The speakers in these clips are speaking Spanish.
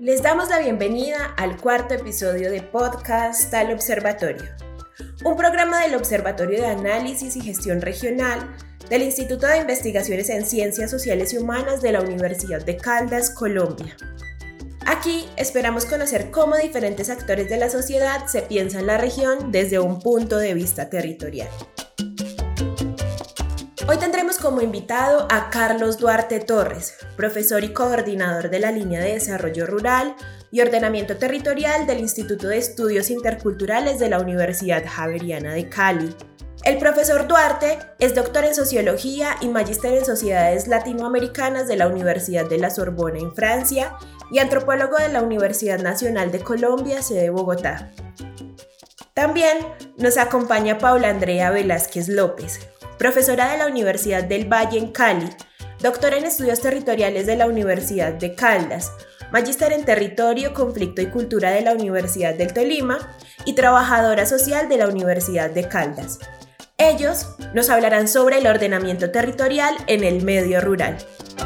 Les damos la bienvenida al cuarto episodio de podcast Al Observatorio, un programa del Observatorio de Análisis y Gestión Regional del Instituto de Investigaciones en Ciencias Sociales y Humanas de la Universidad de Caldas, Colombia. Aquí esperamos conocer cómo diferentes actores de la sociedad se piensan la región desde un punto de vista territorial. Hoy tendremos como invitado a Carlos Duarte Torres, profesor y coordinador de la línea de Desarrollo Rural y Ordenamiento Territorial del Instituto de Estudios Interculturales de la Universidad Javeriana de Cali. El profesor Duarte es doctor en Sociología y magíster en Sociedades Latinoamericanas de la Universidad de la Sorbona en Francia y antropólogo de la Universidad Nacional de Colombia, sede Bogotá. También nos acompaña Paula Andrea Velázquez López, profesora de la Universidad del Valle en Cali, doctora en Estudios Territoriales de la Universidad de Caldas, magíster en Territorio, Conflicto y Cultura de la Universidad del Tolima y trabajadora social de la Universidad de Caldas. Ellos nos hablarán sobre el ordenamiento territorial en el medio rural.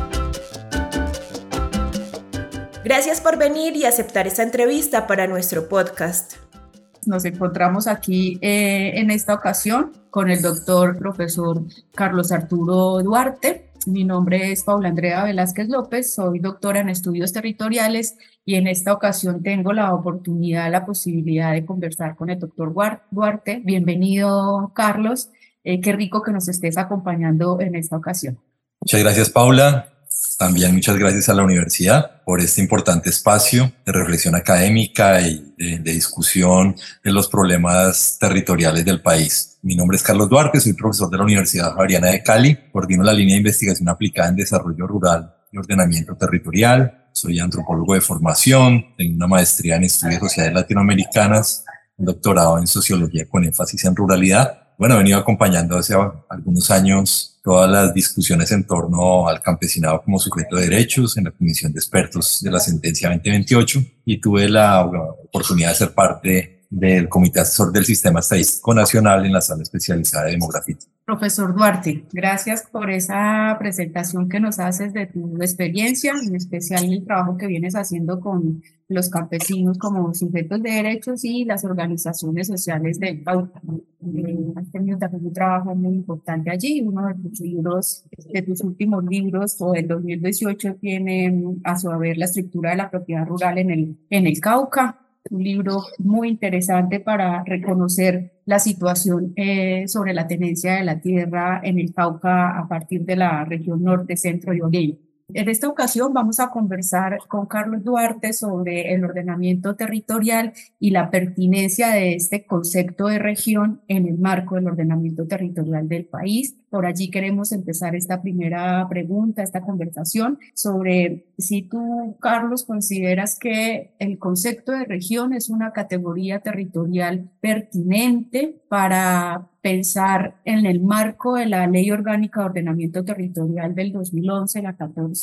Gracias por venir y aceptar esta entrevista para nuestro podcast. Nos encontramos aquí en esta ocasión con el profesor Carlos Arturo Duarte. Mi nombre es Paula Andrea Velázquez López, soy doctora en estudios territoriales y en esta ocasión tengo la posibilidad de conversar con el doctor Duarte. Bienvenido, Carlos. Qué rico que nos estés acompañando en esta ocasión. Muchas gracias, Paula. También muchas gracias a la universidad por este importante espacio de reflexión académica y de discusión de los problemas territoriales del país. Mi nombre es Carlos Duarte, soy profesor de la Universidad Javeriana de Cali, coordino la línea de investigación aplicada en desarrollo rural y ordenamiento territorial, soy antropólogo de formación, tengo una maestría en estudios sociales latinoamericanas, un doctorado en sociología con énfasis en ruralidad. Bueno, he venido acompañando hace algunos años todas las discusiones en torno al campesinado como sujeto de derechos en la Comisión de Expertos de la Sentencia 2028 y tuve la oportunidad de ser parte del Comité Asesor del Sistema Estadístico Nacional en la Sala Especializada de Demografía. Profesor Duarte, gracias por esa presentación que nos haces de tu experiencia, en especial el trabajo que vienes haciendo con los campesinos como sujetos de derechos y las organizaciones sociales del Cauca. Has tenido también un trabajo muy importante allí. Uno de tus últimos libros, o el 2018, tiene a su haber la estructura de la propiedad rural en el Cauca. Un libro muy interesante para reconocer la situación sobre la tenencia de la tierra en el Cauca a partir de la región norte, centro y oriente. En esta ocasión vamos a conversar con Carlos Duarte sobre el ordenamiento territorial y la pertinencia de este concepto de región en el marco del ordenamiento territorial del país. Por allí queremos empezar esta primera pregunta, esta conversación sobre si tú, Carlos, consideras que el concepto de región es una categoría territorial pertinente para pensar en el marco de la Ley Orgánica de Ordenamiento Territorial del 2011, la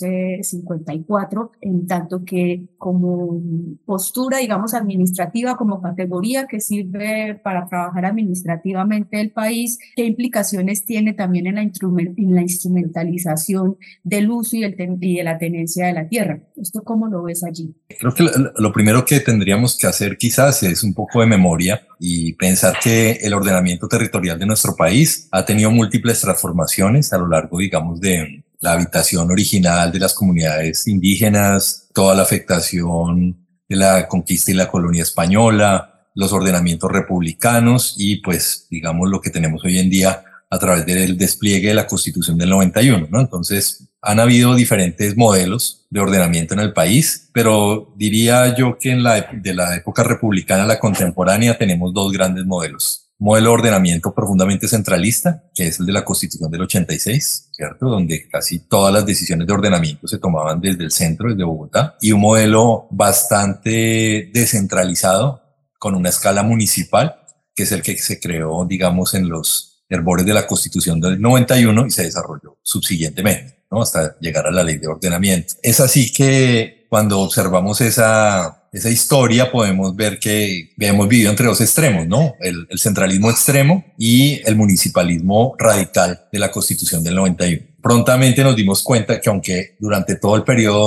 1454, en tanto que como postura, digamos, administrativa, como categoría que sirve para trabajar administrativamente el país, ¿qué implicaciones tiene también en la instrumentalización del uso y de la tenencia de la tierra? ¿Esto cómo lo ves allí? Creo que lo primero que tendríamos que hacer quizás es un poco de memoria y pensar que el ordenamiento territorial de nuestro país ha tenido múltiples transformaciones a lo largo, digamos, de la habitación original de las comunidades indígenas, toda la afectación de la conquista y la colonia española, los ordenamientos republicanos y, pues, digamos, lo que tenemos hoy en día a través del despliegue de la Constitución del 91, ¿no? Entonces, han habido diferentes modelos de ordenamiento en el país, pero diría yo que de la época republicana a la contemporánea tenemos dos grandes modelos. Modelo de ordenamiento profundamente centralista, que es el de la Constitución del 86, ¿cierto? Donde casi todas las decisiones de ordenamiento se tomaban desde el centro, desde Bogotá, y un modelo bastante descentralizado con una escala municipal, que es el que se creó, digamos, en los herbores de la Constitución del 91 y se desarrolló subsiguientemente, ¿no? Hasta llegar a la Ley de Ordenamiento. Es así que cuando observamos esa historia podemos ver que hemos vivido entre dos extremos, ¿no? El centralismo extremo y el municipalismo radical de la Constitución del 91. Prontamente nos dimos cuenta que aunque durante todo el periodo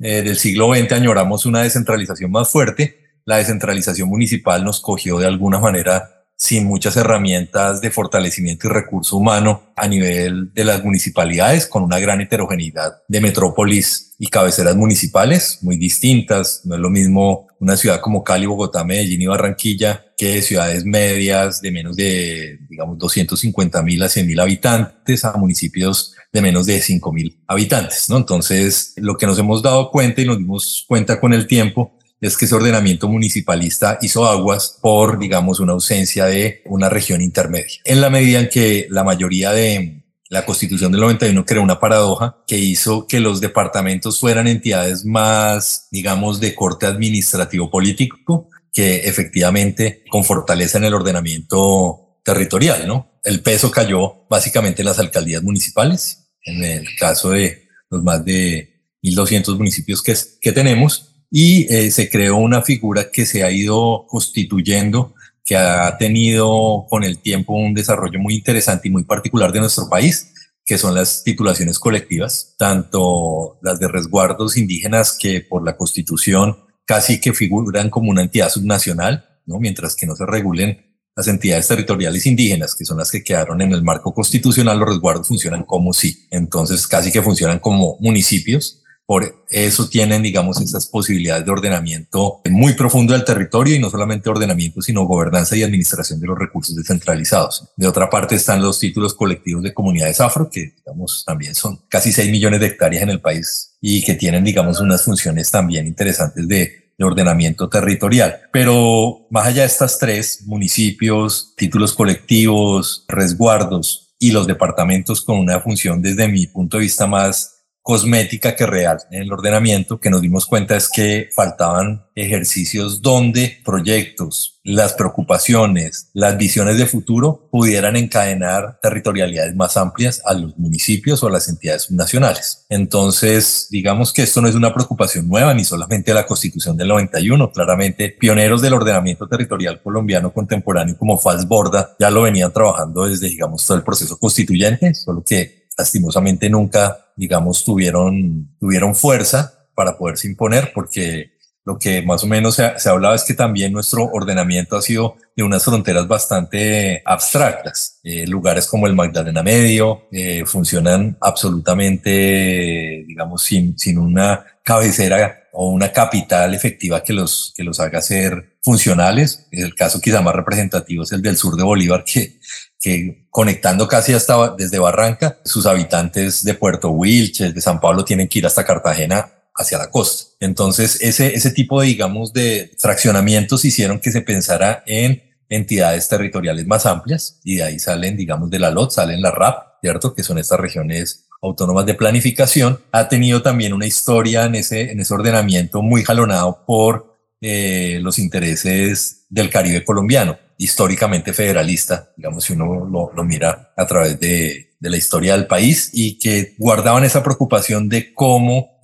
del siglo XX añoramos una descentralización más fuerte. La descentralización municipal nos cogió de alguna manera sin muchas herramientas de fortalecimiento y recurso humano a nivel de las municipalidades, con una gran heterogeneidad de metrópolis y cabeceras municipales muy distintas. No es lo mismo una ciudad como Cali, Bogotá, Medellín y Barranquilla que ciudades medias de menos de, digamos, 250.000 a 100.000 habitantes a municipios de menos de 5.000 habitantes, ¿no? Entonces, lo que nos hemos dado cuenta y nos dimos cuenta con el tiempo es que ese ordenamiento municipalista hizo aguas por, digamos, una ausencia de una región intermedia. En la medida en que la mayoría de la Constitución del 91 creó una paradoja que hizo que los departamentos fueran entidades más, digamos, de corte administrativo político, que efectivamente con fortaleza en el ordenamiento territorial, ¿no? El peso cayó básicamente en las alcaldías municipales, en el caso de los más de 1.200 municipios que tenemos, y se creó una figura que se ha ido constituyendo, que ha tenido con el tiempo un desarrollo muy interesante y muy particular de nuestro país, que son las titulaciones colectivas, tanto las de resguardos indígenas, que por la Constitución casi que figuran como una entidad subnacional, ¿no? Mientras que no se regulen las entidades territoriales indígenas, que son las que quedaron en el marco constitucional, los resguardos funcionan como sí. Entonces casi que funcionan como municipios. Por eso tienen, digamos, esas posibilidades de ordenamiento muy profundo del territorio, y no solamente ordenamiento, sino gobernanza y administración de los recursos descentralizados. De otra parte están los títulos colectivos de comunidades afro, que, digamos, también son casi 6 millones de hectáreas en el país y que tienen, digamos, unas funciones también interesantes de ordenamiento territorial. Pero más allá de estas tres, municipios, títulos colectivos, resguardos y los departamentos con una función desde mi punto de vista más cosmética que real en el ordenamiento, que nos dimos cuenta es que faltaban ejercicios donde proyectos, las preocupaciones, las visiones de futuro pudieran encadenar territorialidades más amplias a los municipios o a las entidades subnacionales. Entonces, digamos que esto no es una preocupación nueva, ni solamente la Constitución del 91. Claramente, pioneros del ordenamiento territorial colombiano contemporáneo como Fals Borda ya lo venían trabajando desde, digamos, todo el proceso constituyente, solo que lastimosamente nunca, digamos, tuvieron fuerza para poderse imponer, porque lo que más o menos se hablaba es que también nuestro ordenamiento ha sido de unas fronteras bastante abstractas. Lugares como el Magdalena Medio funcionan absolutamente, digamos, sin una cabecera o una capital efectiva que los haga ser funcionales. El caso quizá más representativo es el del sur de Bolívar, que conectando casi hasta desde Barranca, sus habitantes de Puerto Wilches, de San Pablo, tienen que ir hasta Cartagena hacia la costa. Entonces, ese tipo de, digamos, de fraccionamientos hicieron que se pensara en entidades territoriales más amplias, y de ahí salen, digamos, de la LOT, salen la RAP, ¿cierto? Que son estas regiones autónomas de planificación. Ha tenido también una historia en ese ordenamiento muy jalonado por los intereses del Caribe colombiano, históricamente federalista, digamos, si uno lo mira a través de la historia del país, y que guardaban esa preocupación de cómo,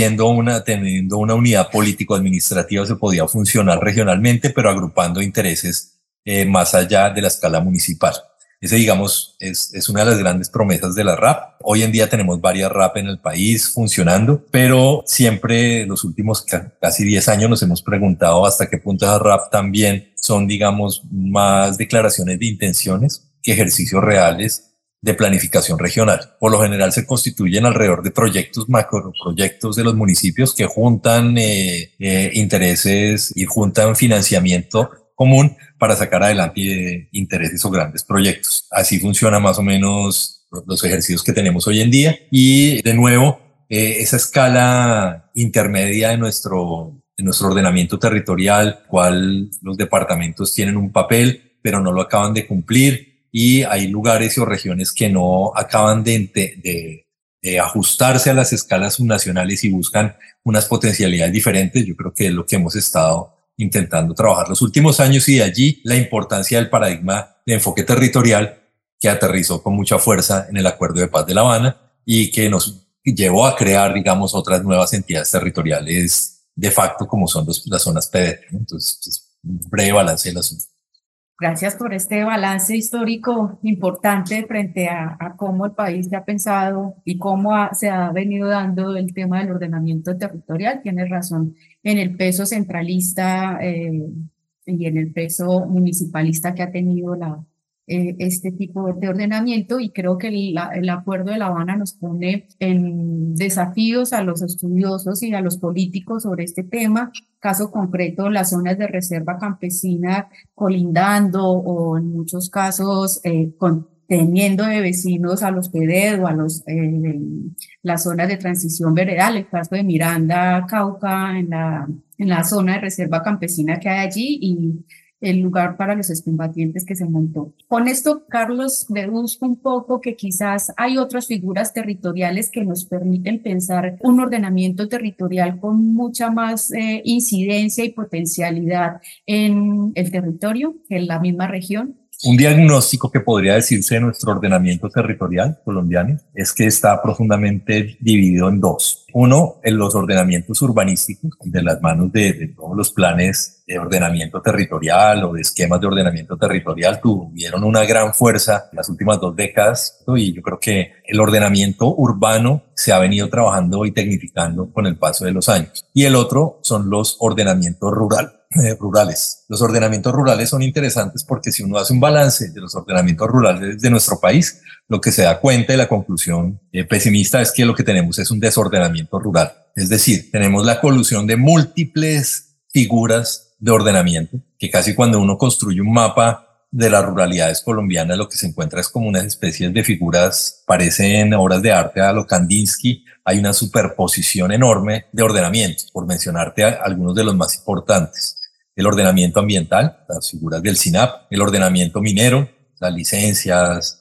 teniendo una unidad político-administrativa, se podía funcionar regionalmente, pero agrupando intereses más allá de la escala municipal. Ese, digamos, es una de las grandes promesas de la RAP. Hoy en día tenemos varias RAP en el país funcionando, pero siempre los últimos casi 10 años nos hemos preguntado hasta qué punto esas RAP también son, digamos, más declaraciones de intenciones que ejercicios reales de planificación regional. Por lo general se constituyen alrededor de proyectos, macroproyectos de los municipios que juntan intereses y juntan financiamiento común para sacar adelante intereses o grandes proyectos. Así funciona más o menos los ejercicios que tenemos hoy en día, y de nuevo esa escala intermedia de nuestro ordenamiento territorial, cual los departamentos tienen un papel pero no lo acaban de cumplir, y hay lugares o regiones que no acaban de ajustarse a las escalas subnacionales y buscan unas potencialidades diferentes. Yo creo que es lo que hemos estado intentando trabajar los últimos años, y de allí la importancia del paradigma de enfoque territorial que aterrizó con mucha fuerza en el Acuerdo de Paz de La Habana y que nos llevó a crear, digamos, otras nuevas entidades territoriales de facto, como son las zonas PDT. Entonces, un breve balance del asunto. Gracias por este balance histórico importante frente a cómo el país se ha pensado y cómo se ha venido dando el tema del ordenamiento territorial. Tienes razón en el peso centralista y en el peso municipalista que ha tenido este tipo de ordenamiento, y creo que el Acuerdo de La Habana nos pone en desafíos a los estudiosos y a los políticos sobre este tema. Caso concreto, las zonas de reserva campesina colindando o en muchos casos teniendo de vecinos a los PEDED o a las zonas de transición veredal, el caso de Miranda, Cauca, en la zona de reserva campesina que hay allí, y el lugar para los excombatientes que se montó. Con esto, Carlos, deduzco un poco que quizás hay otras figuras territoriales que nos permiten pensar un ordenamiento territorial con mucha más incidencia y potencialidad en el territorio que en la misma región. Un diagnóstico que podría decirse de nuestro ordenamiento territorial colombiano es que está profundamente dividido en dos. Uno, en los ordenamientos urbanísticos, de las manos de todos los planes de ordenamiento territorial o de esquemas de ordenamiento territorial, tuvieron una gran fuerza en las últimas 2 décadas, ¿no? Y yo creo que el ordenamiento urbano se ha venido trabajando y tecnificando con el paso de los años. Y el otro son los ordenamientos rurales. Los ordenamientos rurales son interesantes porque si uno hace un balance de los ordenamientos rurales de nuestro país, lo que se da cuenta y la conclusión pesimista es que lo que tenemos es un desordenamiento rural. Es decir, tenemos la colusión de múltiples figuras de ordenamiento, que casi cuando uno construye un mapa de las ruralidades colombianas, lo que se encuentra es como unas especies de figuras, parecen obras de arte a lo Kandinsky. Hay una superposición enorme de ordenamientos, por mencionarte algunos de los más importantes. El ordenamiento ambiental, las figuras del SINAP, el ordenamiento minero, las licencias,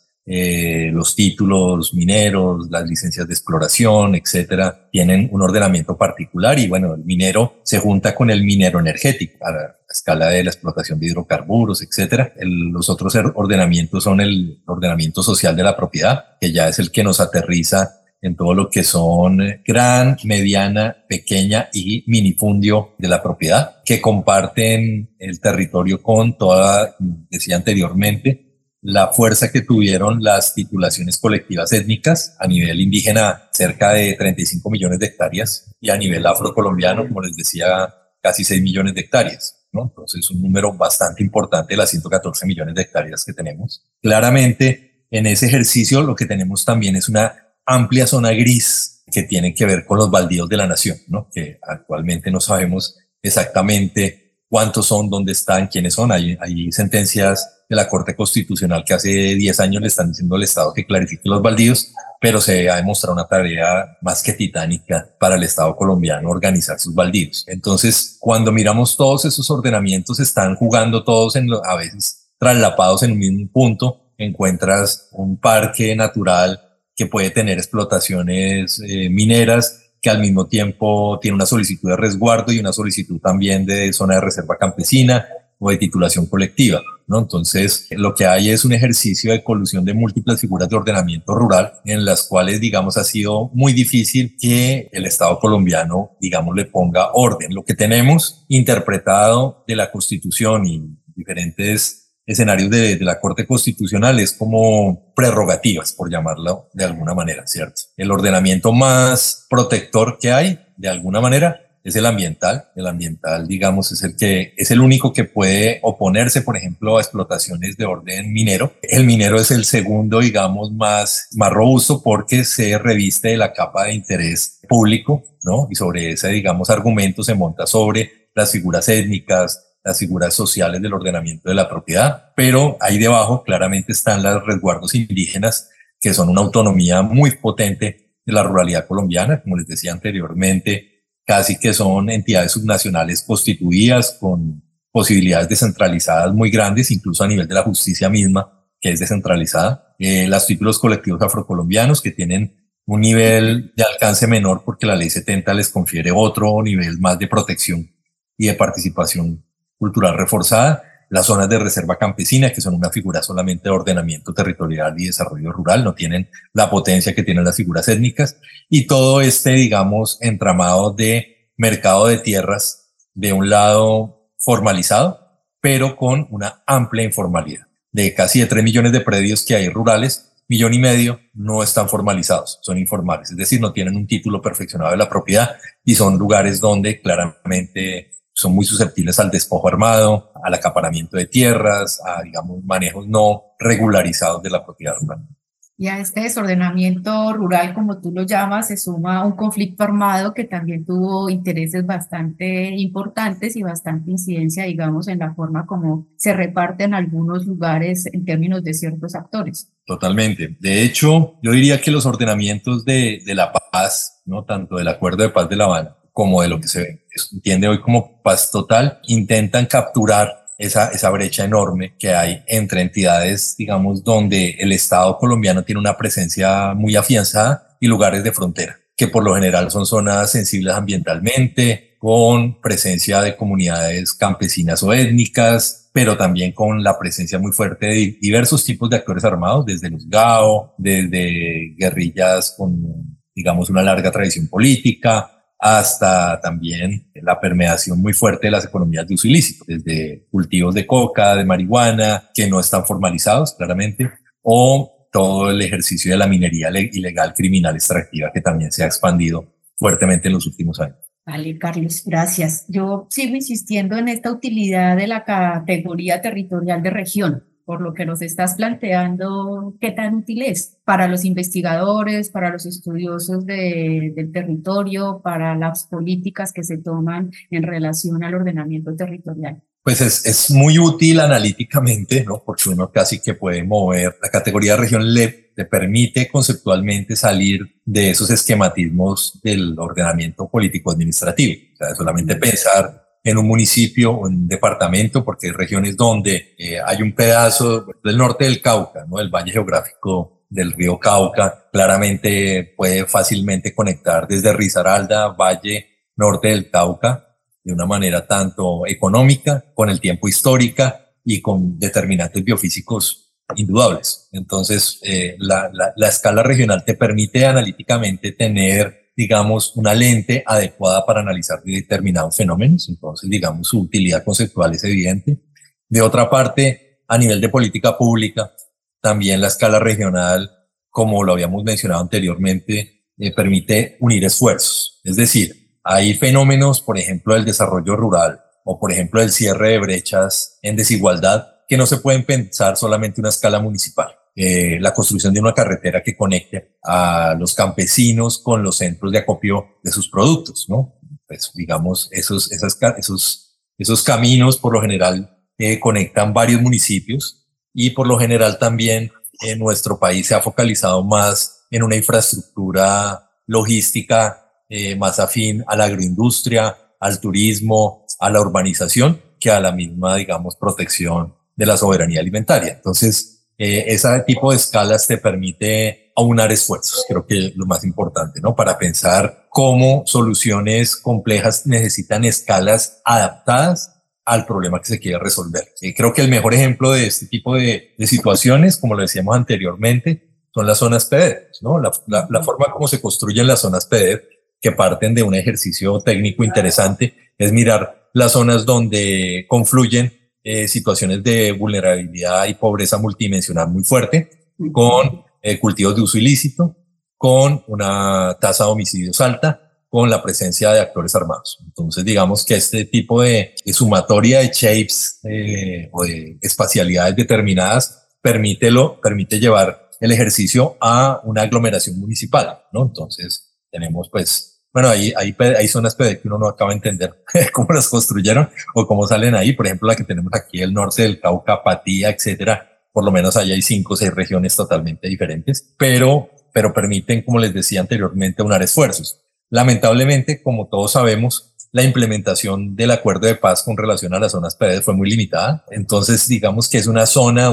los títulos mineros, las licencias de exploración, etcétera, tienen un ordenamiento particular, y bueno, el minero se junta con el minero energético a la escala de la explotación de hidrocarburos, etcétera. Los otros ordenamientos son el ordenamiento social de la propiedad, que ya es el que nos aterriza en todo lo que son gran, mediana, pequeña y minifundio de la propiedad, que comparten el territorio con toda, decía anteriormente, la fuerza que tuvieron las titulaciones colectivas étnicas a nivel indígena, cerca de 35 millones de hectáreas, y a nivel afrocolombiano, como les decía, casi 6 millones de hectáreas, ¿no? Entonces, un número bastante importante de las 114 millones de hectáreas que tenemos. Claramente, en ese ejercicio lo que tenemos también es una amplia zona gris que tiene que ver con los baldíos de la nación, ¿no? Que actualmente no sabemos exactamente cuántos son, dónde están, quiénes son. Hay sentencias de la Corte Constitucional que hace 10 años le están diciendo al Estado que clarifique los baldíos, pero se ha demostrado una tarea más que titánica para el Estado colombiano organizar sus baldíos. Entonces, cuando miramos todos esos ordenamientos, están jugando todos a veces traslapados en un mismo punto. Encuentras un parque natural que puede tener explotaciones mineras, que al mismo tiempo tiene una solicitud de resguardo y una solicitud también de zona de reserva campesina o de titulación colectiva, ¿no? Entonces, lo que hay es un ejercicio de colusión de múltiples figuras de ordenamiento rural en las cuales, digamos, ha sido muy difícil que el Estado colombiano, digamos, le ponga orden. Lo que tenemos interpretado de la Constitución y diferentes escenarios de la Corte Constitucional es como prerrogativas, por llamarlo de alguna manera, ¿cierto? El ordenamiento más protector que hay, de alguna manera, es el ambiental. El ambiental, digamos, es el único que puede oponerse, por ejemplo, a explotaciones de orden minero. El minero es el segundo, digamos, más robusto porque se reviste de la capa de interés público, ¿no? Y sobre ese, digamos, argumento se monta sobre las figuras étnicas, las figuras sociales del ordenamiento de la propiedad, pero ahí debajo claramente están los resguardos indígenas, que son una autonomía muy potente de la ruralidad colombiana, como les decía anteriormente, casi que son entidades subnacionales constituidas con posibilidades descentralizadas muy grandes, incluso a nivel de la justicia misma, que es descentralizada. Los títulos colectivos afrocolombianos, que tienen un nivel de alcance menor porque la ley 70 les confiere otro nivel más de protección y de participación cultural reforzada. Las zonas de reserva campesina, que son una figura solamente de ordenamiento territorial y desarrollo rural, no tienen la potencia que tienen las figuras étnicas, y todo digamos, entramado de mercado de tierras, de un lado formalizado, pero con una amplia informalidad. De casi de 3 millones de predios que hay rurales, 1,5 millones no están formalizados, son informales, es decir, no tienen un título perfeccionado de la propiedad y son lugares donde claramente son muy susceptibles al despojo armado, al acaparamiento de tierras, a, digamos, manejos no regularizados de la propiedad rural. Y a este desordenamiento rural, como tú lo llamas, se suma un conflicto armado que también tuvo intereses bastante importantes y bastante incidencia, digamos, en la forma como se reparten algunos lugares en términos de ciertos actores. Totalmente. De hecho, yo diría que los ordenamientos de la paz, ¿no? Tanto del Acuerdo de Paz de La Habana como de lo que se entiende hoy como paz total, intentan capturar esa brecha enorme que hay entre entidades, digamos, donde el Estado colombiano tiene una presencia muy afianzada y lugares de frontera, que por lo general son zonas sensibles ambientalmente, con presencia de comunidades campesinas o étnicas, pero también con la presencia muy fuerte de diversos tipos de actores armados, desde los GAO, desde guerrillas con, digamos, una larga tradición política, hasta también la permeación muy fuerte de las economías de uso ilícito, desde cultivos de coca, de marihuana, que no están formalizados claramente, o todo el ejercicio de la minería ilegal, criminal, extractiva, que también se ha expandido fuertemente en los últimos años. Vale, Carlos, gracias. Yo sigo insistiendo en esta utilidad de la categoría territorial de región. Por lo que nos estás planteando, ¿qué tan útil es para los investigadores, para los estudiosos del territorio, para las políticas que se toman en relación al ordenamiento territorial? Pues es muy útil analíticamente, ¿no? Porque uno casi que puede mover. La categoría de región le permite conceptualmente salir de esos esquematismos del ordenamiento político-administrativo. O sea, solamente pensar en un municipio o en un departamento, porque hay regiones donde hay un pedazo del norte del Cauca, ¿no? El valle geográfico del río Cauca, claramente puede fácilmente conectar desde Risaralda, valle norte del Cauca, de una manera tanto económica, con el tiempo histórica y con determinantes biofísicos indudables. Entonces, la escala regional te permite analíticamente tener, digamos, una lente adecuada para analizar determinados fenómenos. Entonces, digamos, su utilidad conceptual es evidente. De otra parte, a nivel de política pública, también la escala regional, como lo habíamos mencionado anteriormente, permite unir esfuerzos. Es decir, hay fenómenos, por ejemplo, del desarrollo rural o, por ejemplo, del cierre de brechas en desigualdad que no se pueden pensar solamente en una escala municipal. La construcción de una carretera que conecte a los campesinos con los centros de acopio de sus productos, ¿no? Pues, digamos, esos caminos por lo general conectan varios municipios y por lo general también en nuestro país se ha focalizado más en una infraestructura logística más afín a la agroindustria, al turismo, a la urbanización, que a la misma, digamos, protección de la soberanía alimentaria. Entonces, ese tipo de escalas te permite aunar esfuerzos, creo que es lo más importante, ¿no? Para pensar cómo soluciones complejas necesitan escalas adaptadas al problema que se quiere resolver. Creo que el mejor ejemplo de este tipo de situaciones, como lo decíamos anteriormente, son las zonas PEDER, ¿no? La forma como se construyen las zonas PEDER, que parten de un ejercicio técnico interesante, es mirar las zonas donde confluyen situaciones de vulnerabilidad y pobreza multidimensional muy fuerte, con cultivos de uso ilícito, con una tasa de homicidios alta, con la presencia de actores armados. Entonces, digamos que este tipo de sumatoria de shapes o de espacialidades determinadas permite llevar el ejercicio a una aglomeración municipal, ¿no? Entonces, tenemos pues, bueno, hay zonas PEDER que uno no acaba de entender cómo las construyeron o cómo salen ahí. Por ejemplo, la que tenemos aquí, el norte del Cauca, Patía, etcétera. Por lo menos ahí hay 5 o 6 regiones totalmente diferentes, pero permiten, como les decía anteriormente, unar esfuerzos. Lamentablemente, como todos sabemos, la implementación del acuerdo de paz con relación a las zonas PEDER fue muy limitada. Entonces, digamos que es una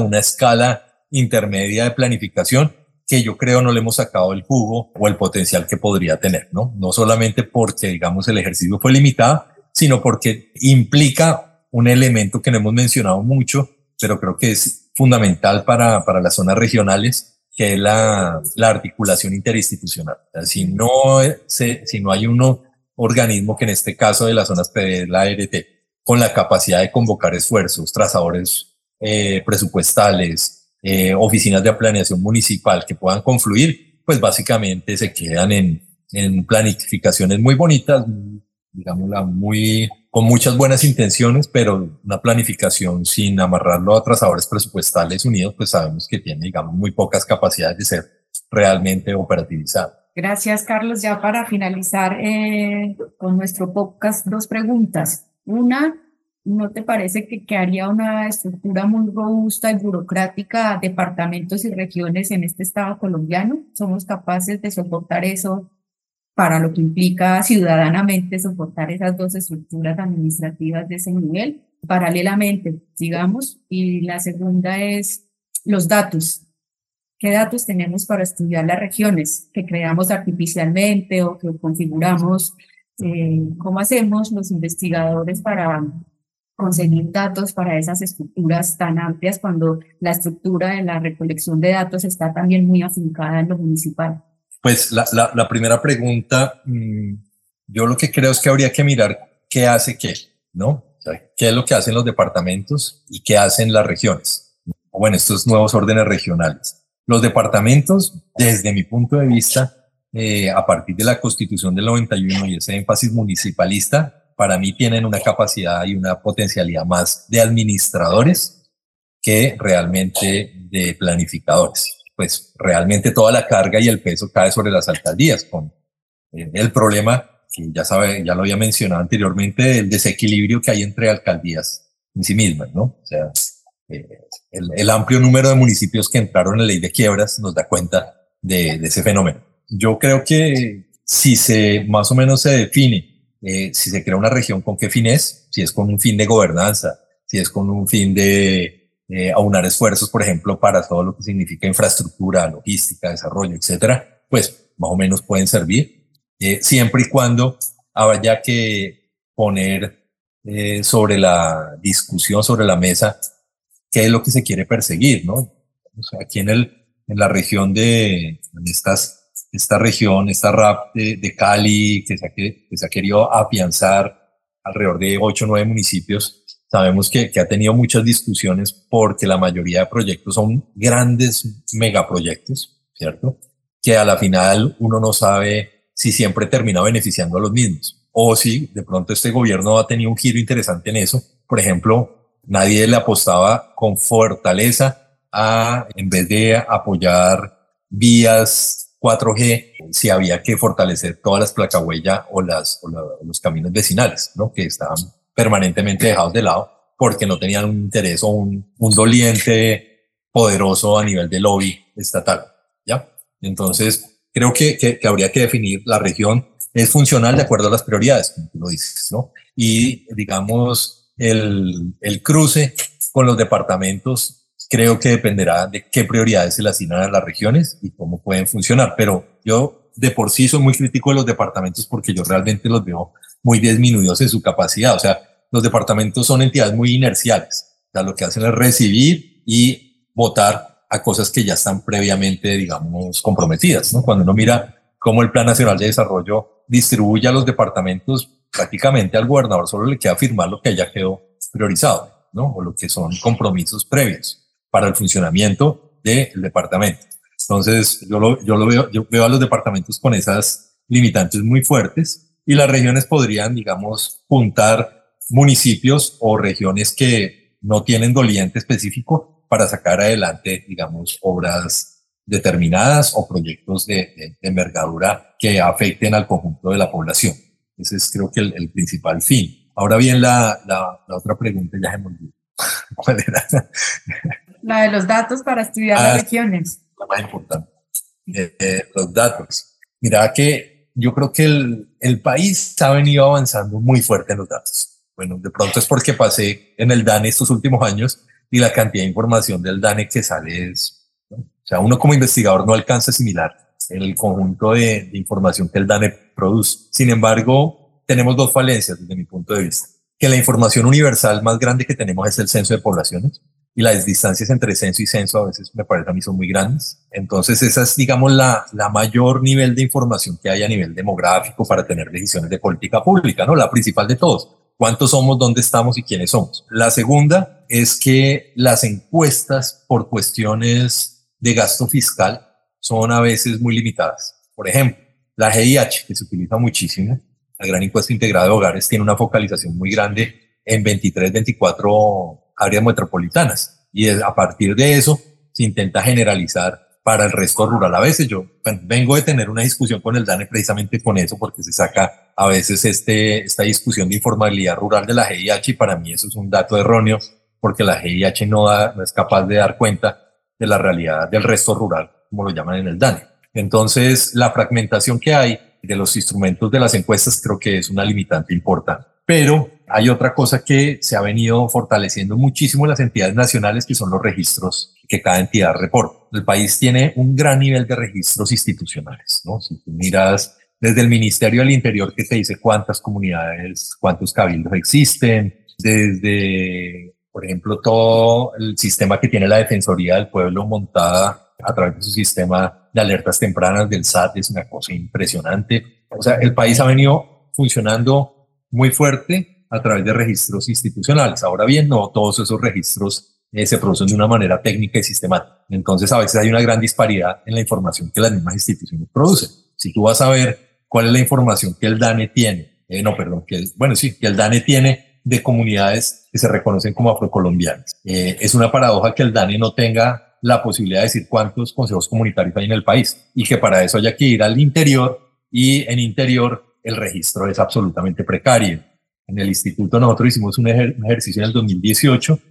escala intermedia de planificación que yo creo no le hemos sacado el jugo o el potencial que podría tener, ¿no? No solamente porque, digamos, el ejercicio fue limitado, sino porque implica un elemento que no hemos mencionado mucho, pero creo que es fundamental para las zonas regionales, que es la articulación interinstitucional. O sea, si no hay un organismo, que en este caso de las zonas PEDER, la ART, con la capacidad de convocar esfuerzos, trazadores presupuestales, oficinas de planeación municipal que puedan confluir, pues básicamente se quedan en planificaciones muy bonitas, digámosla, con muchas buenas intenciones, pero una planificación sin amarrarlo a trazadores presupuestales unidos, pues sabemos que tiene, digamos, muy pocas capacidades de ser realmente operativizado. Gracias, Carlos. Ya para finalizar con nuestro podcast, 2 preguntas. Una, ¿no te parece que haría una estructura muy robusta y burocrática, departamentos y regiones en este Estado colombiano? ¿Somos capaces de soportar eso para lo que implica ciudadanamente soportar esas 2 estructuras administrativas de ese nivel? Paralelamente, digamos. Y la segunda es los datos. ¿Qué datos tenemos para estudiar las regiones que creamos artificialmente o que configuramos? ¿Cómo hacemos los investigadores para conseguir datos para esas estructuras tan amplias cuando la estructura de la recolección de datos está también muy afincada en lo municipal? Pues la primera pregunta, yo lo que creo es que habría que mirar qué hace qué, ¿no? O sea, qué es lo que hacen los departamentos y qué hacen las regiones. O bueno, estos nuevos órdenes regionales. Los departamentos, desde mi punto de vista, a partir de la Constitución del 91 y ese énfasis municipalista, para mí tienen una capacidad y una potencialidad más de administradores que realmente de planificadores. Pues realmente toda la carga y el peso cae sobre las alcaldías, con el problema que ya lo había mencionado anteriormente, el desequilibrio que hay entre alcaldías en sí mismas, ¿no? O sea, el amplio número de municipios que entraron en la ley de quiebras nos da cuenta de ese fenómeno. Yo creo que si más o menos se define, si se crea una región, ¿con qué fin es? Si es con un fin de gobernanza, si es con un fin de aunar esfuerzos, por ejemplo, para todo lo que significa infraestructura, logística, desarrollo, etcétera, pues más o menos pueden servir, siempre y cuando haya que poner sobre la discusión, sobre la mesa, qué es lo que se quiere perseguir, ¿no? O sea, aquí en la región esta región, esta RAP de Cali, que se ha querido afianzar alrededor de 8 o 9 municipios, sabemos que ha tenido muchas discusiones porque la mayoría de proyectos son grandes megaproyectos, ¿cierto? Que a la final uno no sabe si siempre termina beneficiando a los mismos o si de pronto este gobierno ha tenido un giro interesante en eso. Por ejemplo, nadie le apostaba con fortaleza en vez de apoyar vías 4G, si había que fortalecer todas las placahuellas o los caminos vecinales, ¿no? Que estaban permanentemente dejados de lado porque no tenían un interés o un doliente poderoso a nivel de lobby estatal, ¿ya? Entonces, creo que habría que definir la región es funcional de acuerdo a las prioridades, como tú lo dices, ¿no? Y, digamos, el cruce con los departamentos creo que dependerá de qué prioridades se le asignan a las regiones y cómo pueden funcionar. Pero yo de por sí soy muy crítico de los departamentos porque yo realmente los veo muy disminuidos en su capacidad. O sea, los departamentos son entidades muy inerciales. O sea, lo que hacen es recibir y votar a cosas que ya están previamente, digamos, comprometidas, ¿no? Cuando uno mira cómo el Plan Nacional de Desarrollo distribuye a los departamentos, prácticamente al gobernador solo le queda firmar lo que ya quedó priorizado, ¿no? O lo que son compromisos previos para el funcionamiento del departamento. Entonces, yo veo a los departamentos con esas limitantes muy fuertes y las regiones podrían, digamos, juntar municipios o regiones que no tienen doliente específico para sacar adelante, digamos, obras determinadas o proyectos de envergadura que afecten al conjunto de la población. Ese es, creo que, el principal fin. Ahora bien, la otra pregunta ya se me olvidó. ¿Cuál era? La de los datos para estudiar las regiones. La más importante. Los datos. Mira que yo creo que el país ha venido avanzando muy fuerte en los datos. Bueno, de pronto es porque pasé en el DANE estos últimos años y la cantidad de información del DANE que sale es, ¿no? O sea, uno como investigador no alcanza a asimilar el conjunto de información que el DANE produce. Sin embargo, tenemos dos falencias desde mi punto de vista. Que la información universal más grande que tenemos es el censo de poblaciones y las distancias entre censo y censo a veces me parece a mí son muy grandes. Entonces esa es, digamos, la mayor nivel de información que hay a nivel demográfico para tener decisiones de política pública, ¿no? La principal de todos. ¿Cuántos somos, dónde estamos y quiénes somos? La segunda es que las encuestas por cuestiones de gasto fiscal son a veces muy limitadas. Por ejemplo, la GIH, que se utiliza muchísimo, la Gran Encuesta Integrada de Hogares, tiene una focalización muy grande en 23, 24 áreas metropolitanas. Y a partir de eso se intenta generalizar para el resto rural. A veces yo vengo de tener una discusión con el DANE precisamente con eso, porque se saca a veces esta discusión de informalidad rural de la GIH, y para mí eso es un dato erróneo, porque la GIH no es capaz de dar cuenta de la realidad del resto rural, como lo llaman en el DANE. Entonces, la fragmentación que hay de los instrumentos de las encuestas creo que es una limitante importante. Pero hay otra cosa que se ha venido fortaleciendo muchísimo en las entidades nacionales, que son los registros que cada entidad reporta. El país tiene un gran nivel de registros institucionales, ¿no? Si tú miras desde el Ministerio del Interior, que te dice cuántas comunidades, cuántos cabildos existen, desde, por ejemplo, todo el sistema que tiene la Defensoría del Pueblo montada a través de su sistema de alertas tempranas del SAT, es una cosa impresionante. O sea, el país ha venido funcionando muy fuerte a través de registros institucionales. Ahora bien, no todos esos registros se producen de una manera técnica y sistemática. Entonces, a veces hay una gran disparidad en la información que las mismas instituciones producen. Si tú vas a ver cuál es la información que el DANE tiene, que el DANE tiene de comunidades que se reconocen como afrocolombianas. Es una paradoja que el DANE no tenga la posibilidad de decir cuántos consejos comunitarios hay en el país y que para eso haya que ir al interior, y en interior el registro es absolutamente precario. En el instituto nosotros hicimos un ejercicio en el 2018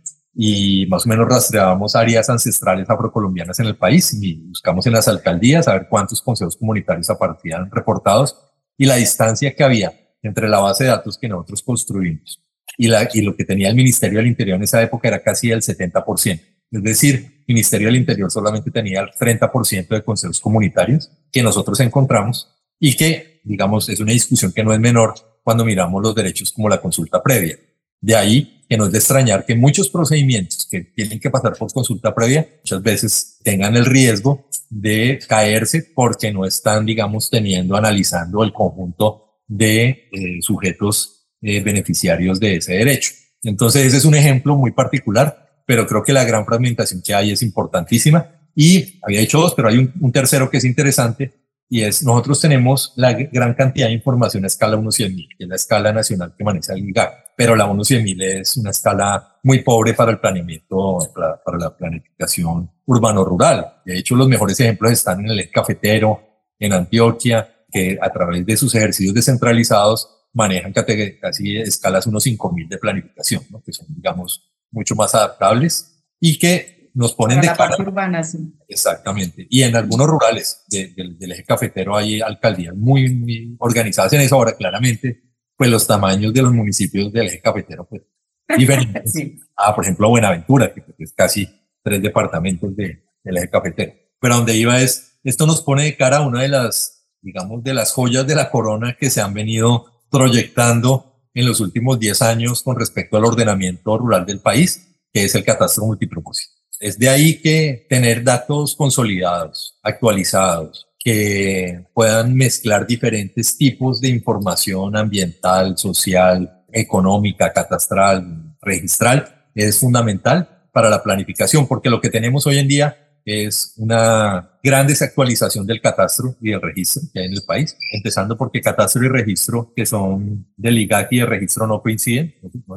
y más o menos rastreábamos áreas ancestrales afrocolombianas en el país y buscamos en las alcaldías a ver cuántos consejos comunitarios aparecían reportados, y la distancia que había entre la base de datos que nosotros construimos y lo que tenía el Ministerio del Interior en esa época era casi el 70%. Es decir, el Ministerio del Interior solamente tenía el 30% de consejos comunitarios que nosotros encontramos, y que, digamos, es una discusión que no es menor cuando miramos los derechos como la consulta previa. De ahí que no es de extrañar que muchos procedimientos que tienen que pasar por consulta previa muchas veces tengan el riesgo de caerse porque no están, digamos, analizando el conjunto de sujetos beneficiarios de ese derecho. Entonces, ese es un ejemplo muy particular, pero creo que la gran fragmentación que hay es importantísima. Y había dicho dos, pero hay un tercero que es interesante, y nosotros tenemos la gran cantidad de información a escala 1/100.000, que es la escala nacional que maneja el IGAC, pero la 1/100.000 es una escala muy pobre para el planeamiento, para la planificación urbano-rural. De hecho, los mejores ejemplos están en el eje cafetero, en Antioquia, que a través de sus ejercicios descentralizados manejan casi escalas 1/5000 de planificación, ¿no? Que son, digamos, mucho más adaptables y que nos ponen para de cara. La parte urbana, sí. Exactamente. Y en algunos rurales del eje cafetero hay alcaldías muy organizadas en eso. Ahora, claramente, pues los tamaños de los municipios del eje cafetero, pues, diferentes. Sí. Por ejemplo, Buenaventura, que es casi 3 departamentos del eje cafetero. Pero a donde iba esto nos pone de cara a una de las, digamos, de las joyas de la corona que se han venido proyectando en los últimos 10 años con respecto al ordenamiento rural del país, que es el catastro multipropósito. Es de ahí que tener datos consolidados, actualizados, que puedan mezclar diferentes tipos de información ambiental, social, económica, catastral, registral, es fundamental para la planificación, porque lo que tenemos hoy en día es una gran desactualización del catastro y del registro que hay en el país, empezando porque catastro y registro, que son del IGAC y de registro, no coinciden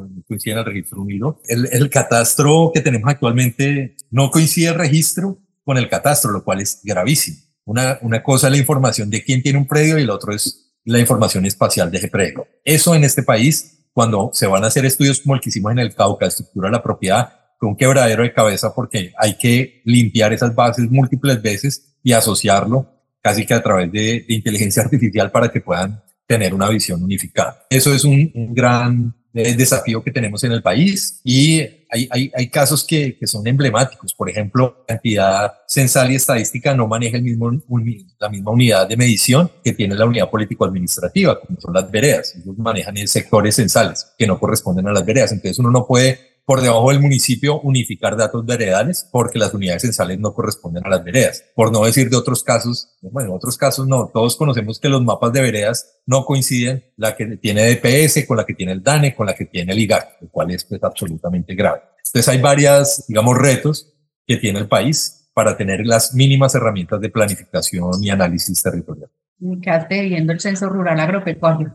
el registro unido. El catastro que tenemos actualmente no coincide el registro con el catastro, lo cual es gravísimo. Una cosa es la información de quién tiene un predio y el otro es la información espacial de ese predio. Eso en este país, cuando se van a hacer estudios como el que hicimos en el Cauca, estructura de la propiedad, fue un quebradero de cabeza porque hay que limpiar esas bases múltiples veces y asociarlo casi que a través de inteligencia artificial para que puedan tener una visión unificada. Eso es un gran desafío que tenemos en el país, y hay casos que son emblemáticos. Por ejemplo, la entidad censal y estadística no maneja la misma unidad de medición que tiene la unidad político-administrativa, como son las veredas. Ellos manejan sectores censales que no corresponden a las veredas. Entonces uno no puede por debajo del municipio unificar datos veredales porque las unidades censales no corresponden a las veredas. Por no decir de otros casos, bueno, otros casos no, todos conocemos que los mapas de veredas no coinciden, la que tiene DPS con la que tiene el DANE, con la que tiene el IGAC, lo cual es pues absolutamente grave. Entonces hay varias, digamos, retos que tiene el país para tener las mínimas herramientas de planificación y análisis territorial. Me quedaste viendo el censo rural agropecuario.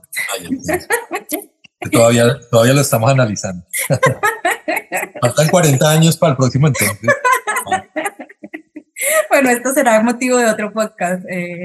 Todavía lo estamos analizando. Faltan 40 años para el próximo entonces. Bueno, esto será motivo de otro podcast.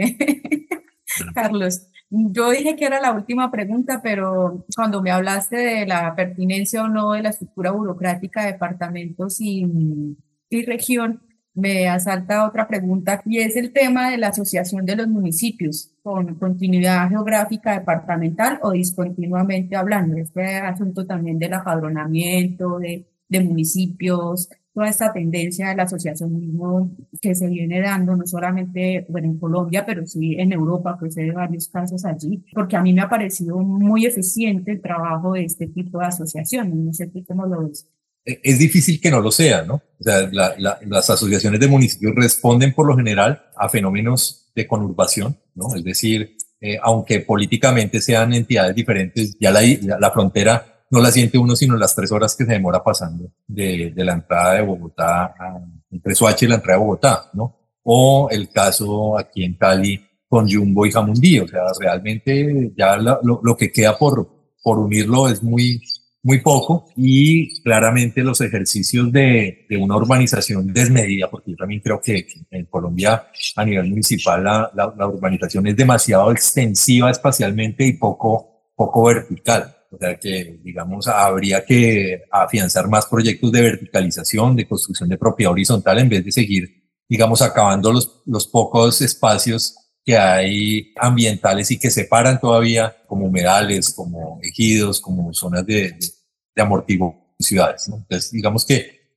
Carlos, yo dije que era la última pregunta, pero cuando me hablaste de la pertinencia o no de la estructura burocrática de departamentos y región, me asalta otra pregunta y es el tema de la asociación de los municipios con continuidad geográfica departamental o discontinuamente hablando. Este asunto también del apadronamiento de municipios, toda esta tendencia del asociacionismo que se viene dando, no solamente bueno, en Colombia, pero sí en Europa, pues hay varios casos allí, porque a mí me ha parecido muy eficiente el trabajo de este tipo de asociaciones. No sé tú cómo lo ves. Es difícil que no lo sea, ¿no? O sea, las asociaciones de municipios responden por lo general a fenómenos de conurbación, ¿no? Es decir, aunque políticamente sean entidades diferentes, ya la frontera no la siente uno sino las 3 horas que se demora pasando de la entrada de Bogotá, entre Soacha y la entrada de Bogotá, ¿no? O el caso aquí en Cali con Jumbo y Jamundí, o sea, realmente ya lo que queda por unirlo es muy poco y claramente los ejercicios de una urbanización desmedida, porque yo también creo que en Colombia a nivel municipal la urbanización es demasiado extensiva espacialmente y poco vertical. O sea que, digamos, habría que afianzar más proyectos de verticalización, de construcción de propiedad horizontal en vez de seguir, digamos, acabando los pocos espacios que hay ambientales y que separan todavía como humedales, como ejidos, como zonas de amortiguo en ciudades, ¿no? Entonces, digamos que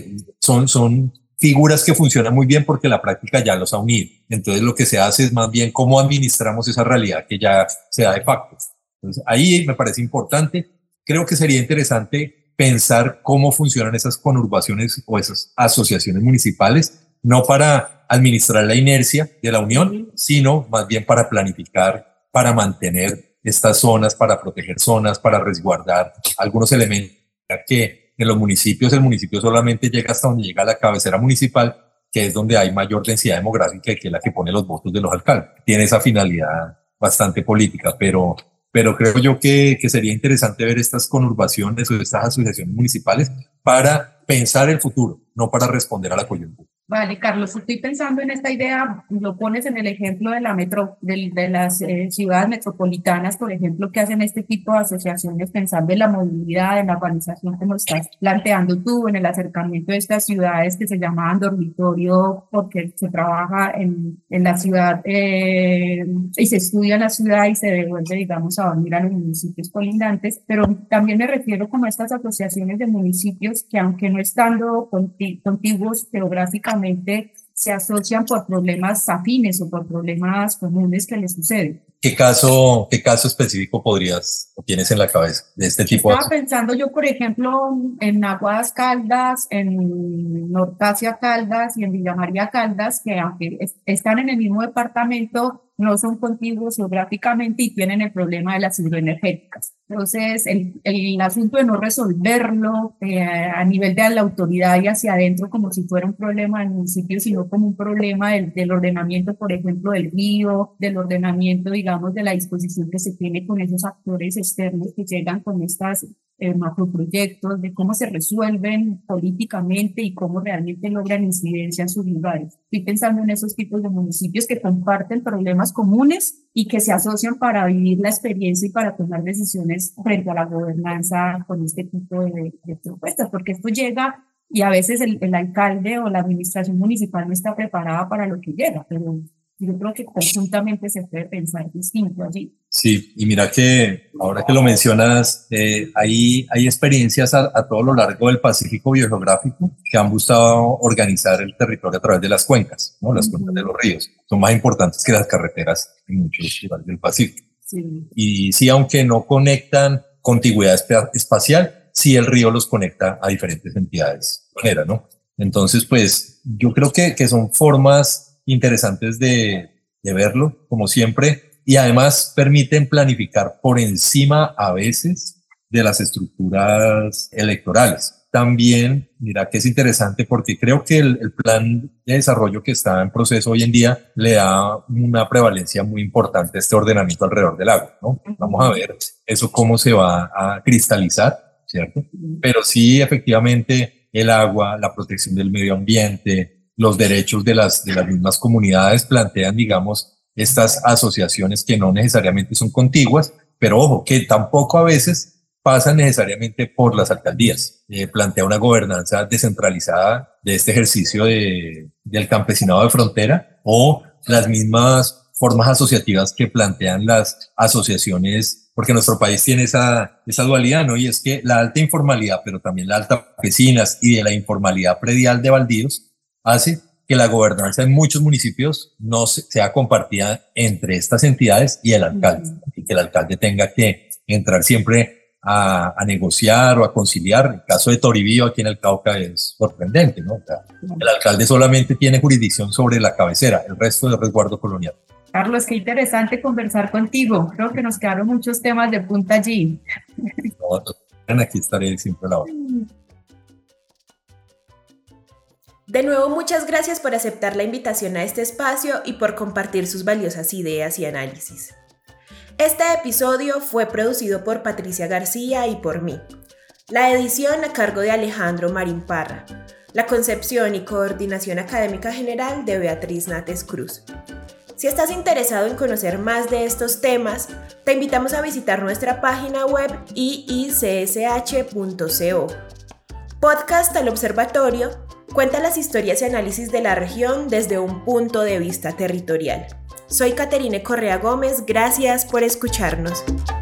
son figuras que funcionan muy bien porque la práctica ya los ha unido. Entonces, lo que se hace es más bien cómo administramos esa realidad que ya se da de facto. Entonces, ahí me parece importante. Creo que sería interesante pensar cómo funcionan esas conurbaciones o esas asociaciones municipales, no para administrar la inercia de la unión, sino más bien para planificar, para mantener estas zonas, para proteger zonas, para resguardar algunos elementos que en los municipios, el municipio solamente llega hasta donde llega la cabecera municipal, que es donde hay mayor densidad demográfica y que es la que pone los votos de los alcaldes. Tiene esa finalidad bastante política, pero creo yo que sería interesante ver estas conurbaciones o estas asociaciones municipales para pensar el futuro, no para responder a la coyuntura. Vale, Carlos, estoy pensando en esta idea, lo pones en el ejemplo de de las ciudades metropolitanas, por ejemplo, que hacen este tipo de asociaciones pensando en la movilidad, en la urbanización, como estás planteando tú, en el acercamiento de estas ciudades que se llamaban dormitorio porque se trabaja en la ciudad y se estudia en la ciudad y se devuelve, digamos, a dormir a los municipios colindantes, pero también me refiero como a estas asociaciones de municipios que aunque no estando contiguos geográficamente, se asocian por problemas afines o por problemas comunes que les suceden. ¿Qué caso específico tienes en la cabeza de este tipo? Estaba pensando yo, por ejemplo, en Aguadas Caldas, en Nortacia Caldas y en Villa María Caldas, que aunque están en el mismo departamento, no son contiguos geográficamente y tienen el problema de las hidroenergéticas. Entonces, el asunto de no resolverlo a nivel de la autoridad y hacia adentro como si fuera un problema del municipio, sino como un problema del ordenamiento, por ejemplo, del río, del ordenamiento, digamos, de la disposición que se tiene con esos actores externos que llegan con estas macroproyectos, de cómo se resuelven políticamente y cómo realmente logran incidencia en sus lugares. Estoy pensando en esos tipos de municipios que comparten problemas comunes y que se asocian para vivir la experiencia y para tomar decisiones frente a la gobernanza con este tipo de propuestas, porque esto llega y a veces el alcalde o la administración municipal no está preparada para lo que llega, pero yo creo que conjuntamente se puede pensar distinto allí. Sí, y mira que ahora que lo mencionas, hay experiencias a todo lo largo del Pacífico biogeográfico que han buscado organizar el territorio a través de las cuencas, ¿no? Las cuencas de los ríos. Son más importantes que las carreteras en muchos lugares del Pacífico. Sí. Y sí, aunque no conectan contigüidad espacial, si el río los conecta a diferentes entidades de manera, ¿no? Entonces, pues yo creo que son formas interesantes de verlo, como siempre, y además permiten planificar por encima a veces de las estructuras electorales. También, mira que es interesante porque creo que el plan de desarrollo que está en proceso hoy en día le da una prevalencia muy importante a este ordenamiento alrededor del agua, ¿no? Vamos a ver eso cómo se va a cristalizar, ¿cierto? Pero sí, efectivamente, el agua, la protección del medio ambiente, los derechos de las mismas comunidades plantean, digamos, estas asociaciones que no necesariamente son contiguas, pero ojo, que tampoco a veces pasan necesariamente por las alcaldías. Plantea una gobernanza descentralizada de este ejercicio del campesinado de frontera o las mismas formas asociativas que plantean las asociaciones, porque nuestro país tiene esa dualidad, ¿no? Y es que la alta informalidad, pero también la alta campesinas y de la informalidad predial de baldíos hace que la gobernanza en muchos municipios no sea compartida entre estas entidades y el alcalde, y que el alcalde tenga que entrar siempre a negociar o a conciliar. El caso de Toribío aquí en el Cauca es sorprendente, ¿no? O sea, el alcalde solamente tiene jurisdicción sobre la cabecera, el resto es resguardo colonial. Carlos, qué interesante conversar contigo. Creo que nos quedaron muchos temas de punta allí. No, aquí estaré siempre a la hora. De nuevo, muchas gracias por aceptar la invitación a este espacio y por compartir sus valiosas ideas y análisis. Este episodio fue producido por Patricia García y por mí. La edición a cargo de Alejandro Marín Parra. La concepción y coordinación académica general de Beatriz Nates Cruz. Si estás interesado en conocer más de estos temas, te invitamos a visitar nuestra página web iicsh.co. Podcast al Observatorio cuenta las historias y análisis de la región desde un punto de vista territorial. Soy Caterine Correa Gómez, gracias por escucharnos.